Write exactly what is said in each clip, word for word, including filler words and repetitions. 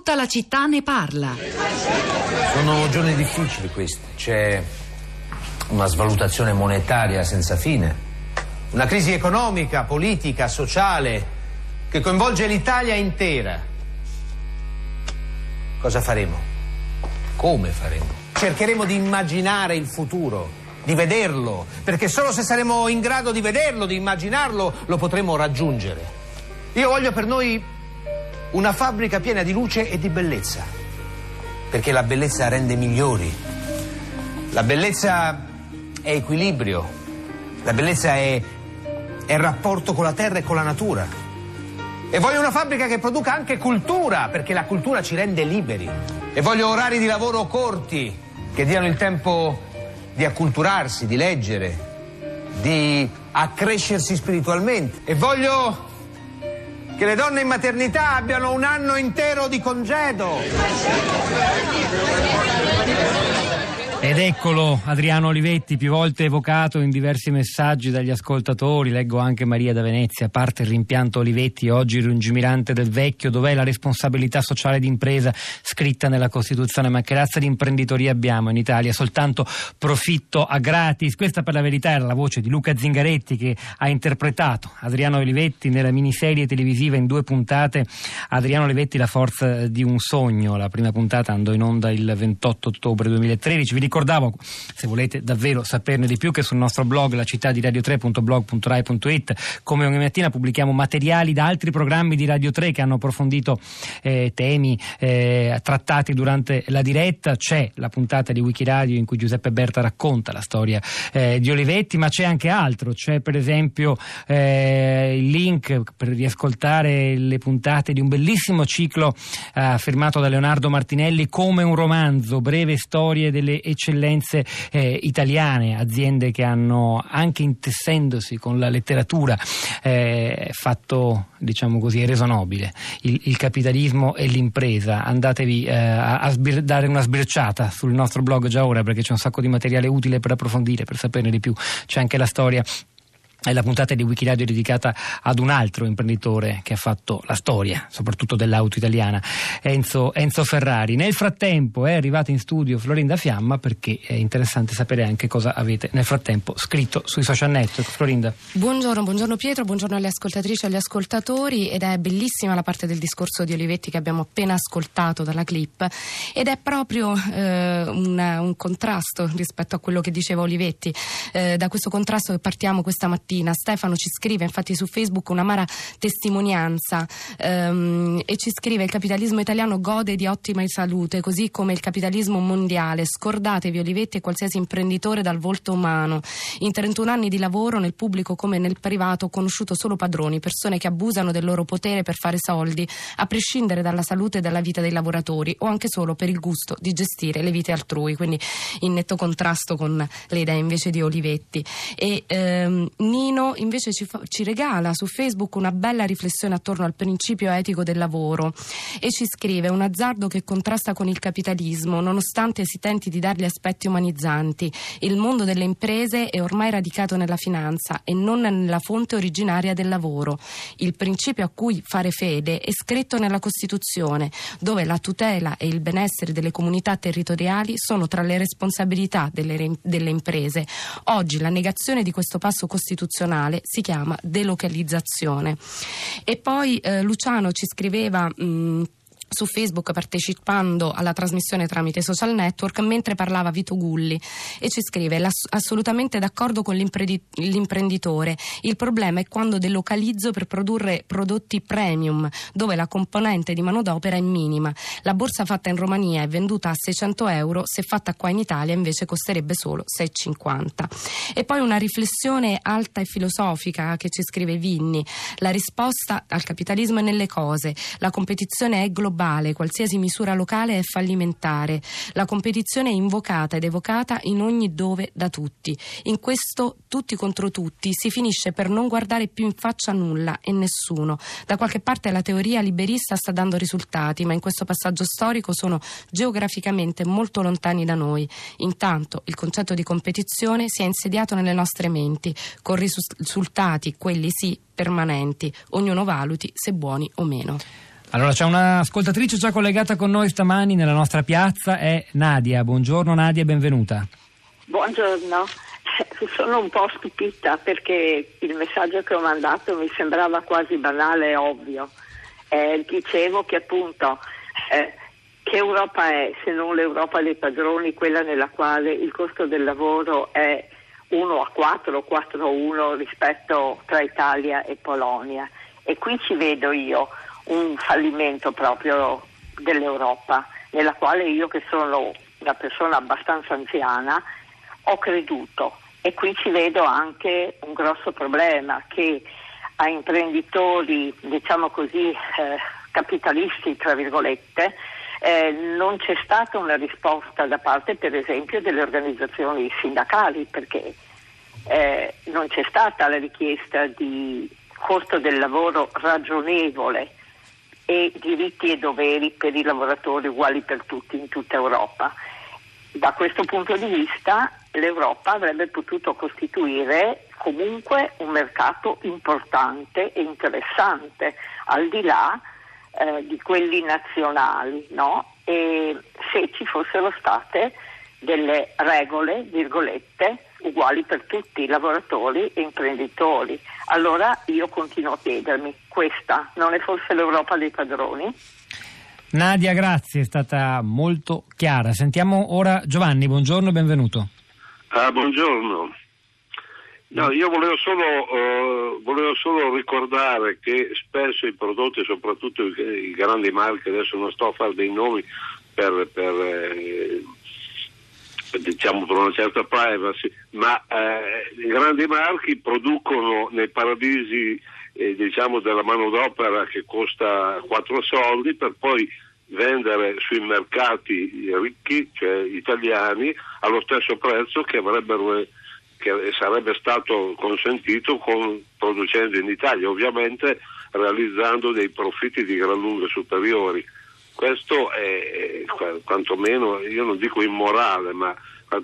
Tutta la città ne parla. Sono giorni difficili questi. C'è una svalutazione monetaria senza fine, una crisi economica, politica, sociale che coinvolge l'Italia intera. Cosa faremo? Come faremo? Cercheremo di immaginare il futuro, di vederlo, perché solo se saremo in grado di vederlo, di immaginarlo, lo potremo raggiungere. Io voglio per noi una fabbrica piena di luce e di bellezza, perché la bellezza rende migliori. La bellezza è equilibrio, la bellezza è, è rapporto con la terra e con la natura. E voglio una fabbrica che produca anche cultura, perché la cultura ci rende liberi. E voglio orari di lavoro corti, che diano il tempo di acculturarsi, di leggere, di accrescersi spiritualmente. E voglio che le donne in maternità abbiano un anno intero di congedo. Ed eccolo Adriano Olivetti, più volte evocato in diversi messaggi dagli ascoltatori. Leggo anche Maria da Venezia: parte il rimpianto Olivetti, oggi lungimirante del vecchio. Dov'è la responsabilità sociale d'impresa scritta nella Costituzione? Ma che razza di imprenditoria abbiamo in Italia? Soltanto profitto a gratis. Questa, per la verità, era la voce di Luca Zingaretti, che ha interpretato Adriano Olivetti nella miniserie televisiva in due puntate Adriano Olivetti, la forza di un sogno. La prima puntata andò in onda il ventotto ottobre duemilatredici. Vi ricordavo, se volete davvero saperne di più, che sul nostro blog la città di radio tre punto blog punto rai punto it, come ogni mattina, pubblichiamo materiali da altri programmi di Radio tre che hanno approfondito eh, temi eh, trattati durante la diretta. C'è la puntata di Wikiradio in cui Giuseppe Berta racconta la storia eh, di Olivetti, ma c'è anche altro. C'è per esempio eh, il link per riascoltare le puntate di un bellissimo ciclo eh, firmato da Leonardo Martinelli, Come un romanzo, breve storie delle eccellenze eh, italiane, aziende che hanno, anche intessendosi con la letteratura, eh, fatto, diciamo così, reso nobile il, il capitalismo e l'impresa. Andatevi eh, a, a sbir- dare una sbirciata sul nostro blog già ora, perché c'è un sacco di materiale utile per approfondire, per saperne di più. C'è anche la storia. È la puntata di Wikiradio dedicata ad un altro imprenditore che ha fatto la storia, soprattutto dell'auto italiana, Enzo, Enzo Ferrari. Nel frattempo è arrivata in studio Florinda Fiamma, perché è interessante sapere anche cosa avete nel frattempo scritto sui social network. Florinda. Buongiorno, buongiorno Pietro, buongiorno alle ascoltatrici e agli ascoltatori. Ed è bellissima la parte del discorso di Olivetti che abbiamo appena ascoltato dalla clip, ed è proprio eh, un, un contrasto rispetto a quello che diceva Olivetti. Eh, da questo contrasto che partiamo questa mattina. Stefano ci scrive infatti su Facebook un'amara testimonianza um, e ci scrive: il capitalismo italiano gode di ottima salute, così come il capitalismo mondiale. Scordatevi Olivetti e qualsiasi imprenditore dal volto umano. In trentuno anni di lavoro, nel pubblico come nel privato, ho conosciuto solo padroni, persone che abusano del loro potere per fare soldi, a prescindere dalla salute e dalla vita dei lavoratori, o anche solo per il gusto di gestire le vite altrui, quindi in netto contrasto con le idee invece di Olivetti. E um, Nino invece ci, fa, ci regala su Facebook una bella riflessione attorno al principio etico del lavoro e ci scrive: un azzardo che contrasta con il capitalismo, nonostante si tenti di dargli aspetti umanizzanti. Il mondo delle imprese è ormai radicato nella finanza e non nella fonte originaria del lavoro. Il principio a cui fare fede è scritto nella Costituzione, dove la tutela e il benessere delle comunità territoriali sono tra le responsabilità delle, delle imprese. Oggi la negazione di questo passo costituzionale si chiama delocalizzazione. E poi eh, Luciano ci scriveva mh, su Facebook, partecipando alla trasmissione tramite social network, mentre parlava Vito Gulli, e ci scrive: assolutamente d'accordo con l'imprenditore, il problema è quando delocalizzo per produrre prodotti premium, dove la componente di manodopera è minima. La borsa fatta in Romania è venduta a seicento euro, se fatta qua in Italia invece costerebbe solo sei e cinquanta. E poi una riflessione alta e filosofica che ci scrive Vinni: la risposta al capitalismo è nelle cose, la competizione è globale, qualsiasi misura locale è fallimentare. La competizione è invocata ed evocata in ogni dove da tutti. In questo tutti contro tutti si finisce per non guardare più in faccia nulla e nessuno. Da qualche parte la teoria liberista sta dando risultati, ma in questo passaggio storico sono geograficamente molto lontani da noi. Intanto il concetto di competizione si è insediato nelle nostre menti, con risultati, quelli sì, permanenti. Ognuno valuti se buoni o meno. Allora c'è un'ascoltatrice già collegata con noi stamani nella nostra piazza, è Nadia. Buongiorno Nadia, benvenuta. Buongiorno, sono un po' stupita perché il messaggio che ho mandato mi sembrava quasi banale e ovvio. Eh, dicevo che appunto eh, che Europa è se non l'Europa dei padroni, quella nella quale il costo del lavoro è uno a quattro o quattro a uno rispetto tra Italia e Polonia, e qui ci vedo io un fallimento proprio dell'Europa, nella quale io, che sono una persona abbastanza anziana, ho creduto, e qui ci vedo anche un grosso problema, che a imprenditori, diciamo così, eh, capitalisti tra virgolette, eh, non c'è stata una risposta da parte per esempio delle organizzazioni sindacali, perché eh, non c'è stata la richiesta di costo del lavoro ragionevole e diritti e doveri per i lavoratori uguali per tutti in tutta Europa. Da questo punto di vista l'Europa avrebbe potuto costituire comunque un mercato importante e interessante, al di là eh, di quelli nazionali, no? E se ci fossero state delle regole, virgolette, uguali per tutti, lavoratori e imprenditori. Allora io continuo a chiedermi, questa non è forse l'Europa dei padroni? Nadia, grazie, è stata molto chiara. Sentiamo ora Giovanni, buongiorno e benvenuto. Ah, buongiorno. No, io volevo solo, uh, volevo solo ricordare che spesso i prodotti, soprattutto i, i grandi marchi, adesso non sto a fare dei nomi per... per eh, diciamo per una certa privacy, ma eh, i grandi marchi producono nei paradisi eh, diciamo della manodopera che costa quattro soldi, per poi vendere sui mercati ricchi, cioè italiani, allo stesso prezzo che avrebbero che sarebbe stato consentito con, producendo in Italia, ovviamente realizzando dei profitti di gran lunga superiori. Questo è quantomeno, io non dico immorale, ma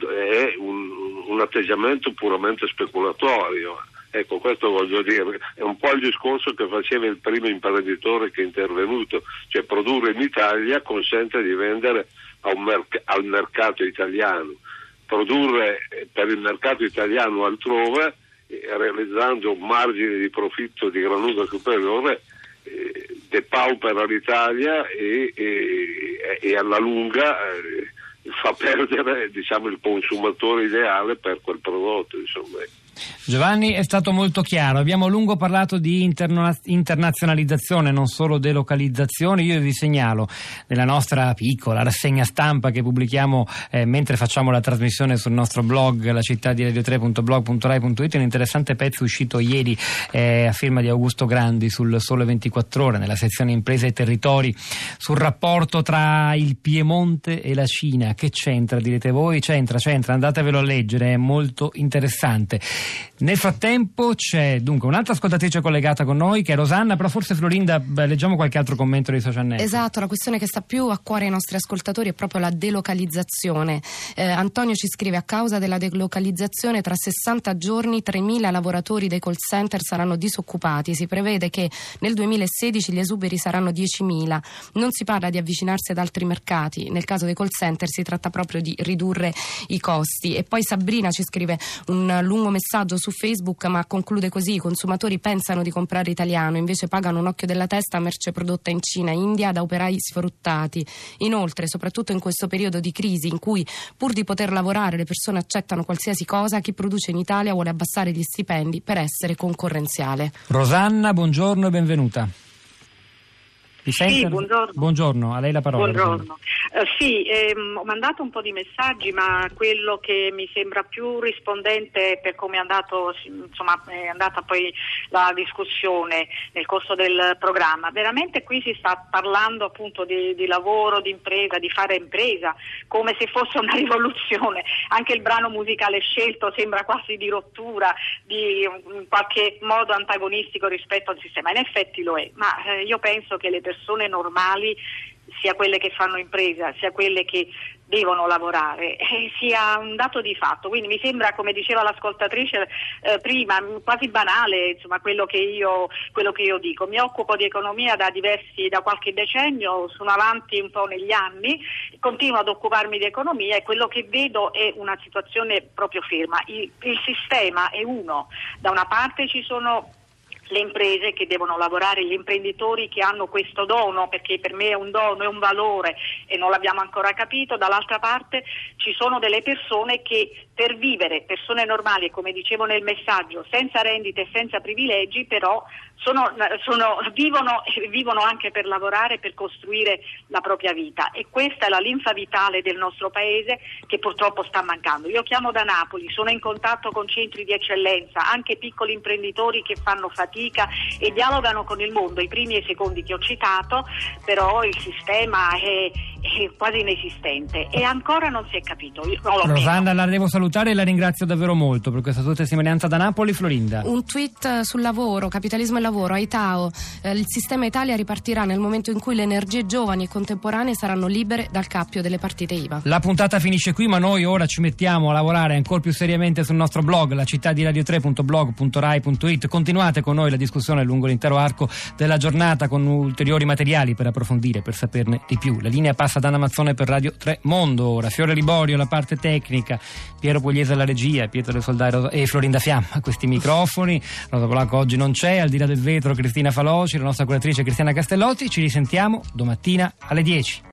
è un, un atteggiamento puramente speculatorio. Ecco, questo voglio dire, è un po' il discorso che faceva il primo imprenditore che è intervenuto, cioè produrre in Italia consente di vendere a un merc- al mercato italiano, produrre per il mercato italiano altrove, eh, realizzando un margine di profitto di gran lunga superiore, eh, depaupera l'Italia e, e, e alla lunga eh, fa perdere, diciamo, il consumatore ideale per quel prodotto, insomma. Giovanni, è stato molto chiaro. Abbiamo a lungo parlato di interna- internazionalizzazione, non solo delocalizzazione. Io vi segnalo nella nostra piccola rassegna stampa che pubblichiamo eh, mentre facciamo la trasmissione sul nostro blog, la città di radio tre punto blog punto rai punto it, un interessante pezzo uscito ieri eh, a firma di Augusto Grandi sul Sole ventiquattro Ore, nella sezione Imprese e Territori, sul rapporto tra il Piemonte e la Cina. Che c'entra, direte voi? C'entra, c'entra, andatevelo a leggere, è molto interessante. Nel frattempo c'è dunque un'altra ascoltatrice collegata con noi, che è Rosanna, però forse Florinda, beh, leggiamo qualche altro commento dei social network. Esatto, la questione che sta più a cuore ai nostri ascoltatori è proprio la delocalizzazione. Eh, Antonio ci scrive: a causa della delocalizzazione tra sessanta giorni tremila lavoratori dei call center saranno disoccupati, si prevede che nel duemilasedici gli esuberi saranno diecimila, non si parla di avvicinarsi ad altri mercati, nel caso dei call center si tratta proprio di ridurre i costi. E poi Sabrina ci scrive un lungo messaggio su Facebook, ma conclude così: i consumatori pensano di comprare italiano, invece pagano un occhio della testa a merce prodotta in Cina, India, da operai sfruttati. Inoltre, soprattutto in questo periodo di crisi in cui pur di poter lavorare le persone accettano qualsiasi cosa, chi produce in Italia vuole abbassare gli stipendi per essere concorrenziale. Rosanna, buongiorno e benvenuta. Sì, buongiorno. Buongiorno, a lei la parola. Buongiorno. Uh, sì, ehm, ho mandato un po' di messaggi, ma quello che mi sembra più rispondente per come è andato, insomma, è andata poi la discussione nel corso del programma. Veramente qui si sta parlando appunto di, di lavoro, di impresa, di fare impresa, come se fosse una rivoluzione. Anche il brano musicale scelto sembra quasi di rottura, di in qualche modo antagonistico rispetto al sistema. In effetti lo è, ma eh, io penso che le persone normali sia quelle che fanno impresa, sia quelle che devono lavorare, eh, sia un dato di fatto. Quindi mi sembra, come diceva l'ascoltatrice eh, prima, quasi banale, insomma, quello che io quello che io dico. Mi occupo di economia da diversi da qualche decennio, sono avanti un po' negli anni, continuo ad occuparmi di economia e quello che vedo è una situazione proprio ferma. Il, il sistema è uno, da una parte ci sono le imprese che devono lavorare, gli imprenditori che hanno questo dono, perché per me è un dono, è un valore e non l'abbiamo ancora capito. Dall'altra parte ci sono delle persone che per vivere, persone normali, come dicevo nel messaggio, senza rendite e senza privilegi, però sono, sono, vivono, vivono anche per lavorare, per costruire la propria vita, e questa è la linfa vitale del nostro paese che purtroppo sta mancando. Io chiamo da Napoli, sono in contatto con centri di eccellenza, anche piccoli imprenditori che fanno fatica e dialogano con il mondo, i primi e i secondi che ho citato, però il sistema è, è quasi inesistente e ancora non si è capito. Io, Rosanna, la devo salutare e la ringrazio davvero molto per questa tua testimonianza da Napoli. Florinda. Un tweet sul lavoro, capitalismo e lavoro, Aitao, eh, il sistema Italia ripartirà nel momento in cui le energie giovani e contemporanee saranno libere dal cappio delle partite I V A. La puntata finisce qui, ma noi ora ci mettiamo a lavorare ancora più seriamente sul nostro blog, la città di radio tre punto blog punto rai punto it. Continuate con noi la discussione lungo l'intero arco della giornata con ulteriori materiali per approfondire, per saperne di più. La linea passa da Anna Mazzone per Radio tre Mondo ora, Fiore Liborio la parte tecnica, Piero Pugliese alla regia, Pietro De Soldai e Florinda Fiamma a questi microfoni. Rosa Polacco oggi non c'è, al di là del vetro Cristina Faloci, la nostra curatrice Cristiana Castellotti. Ci risentiamo domattina alle dieci.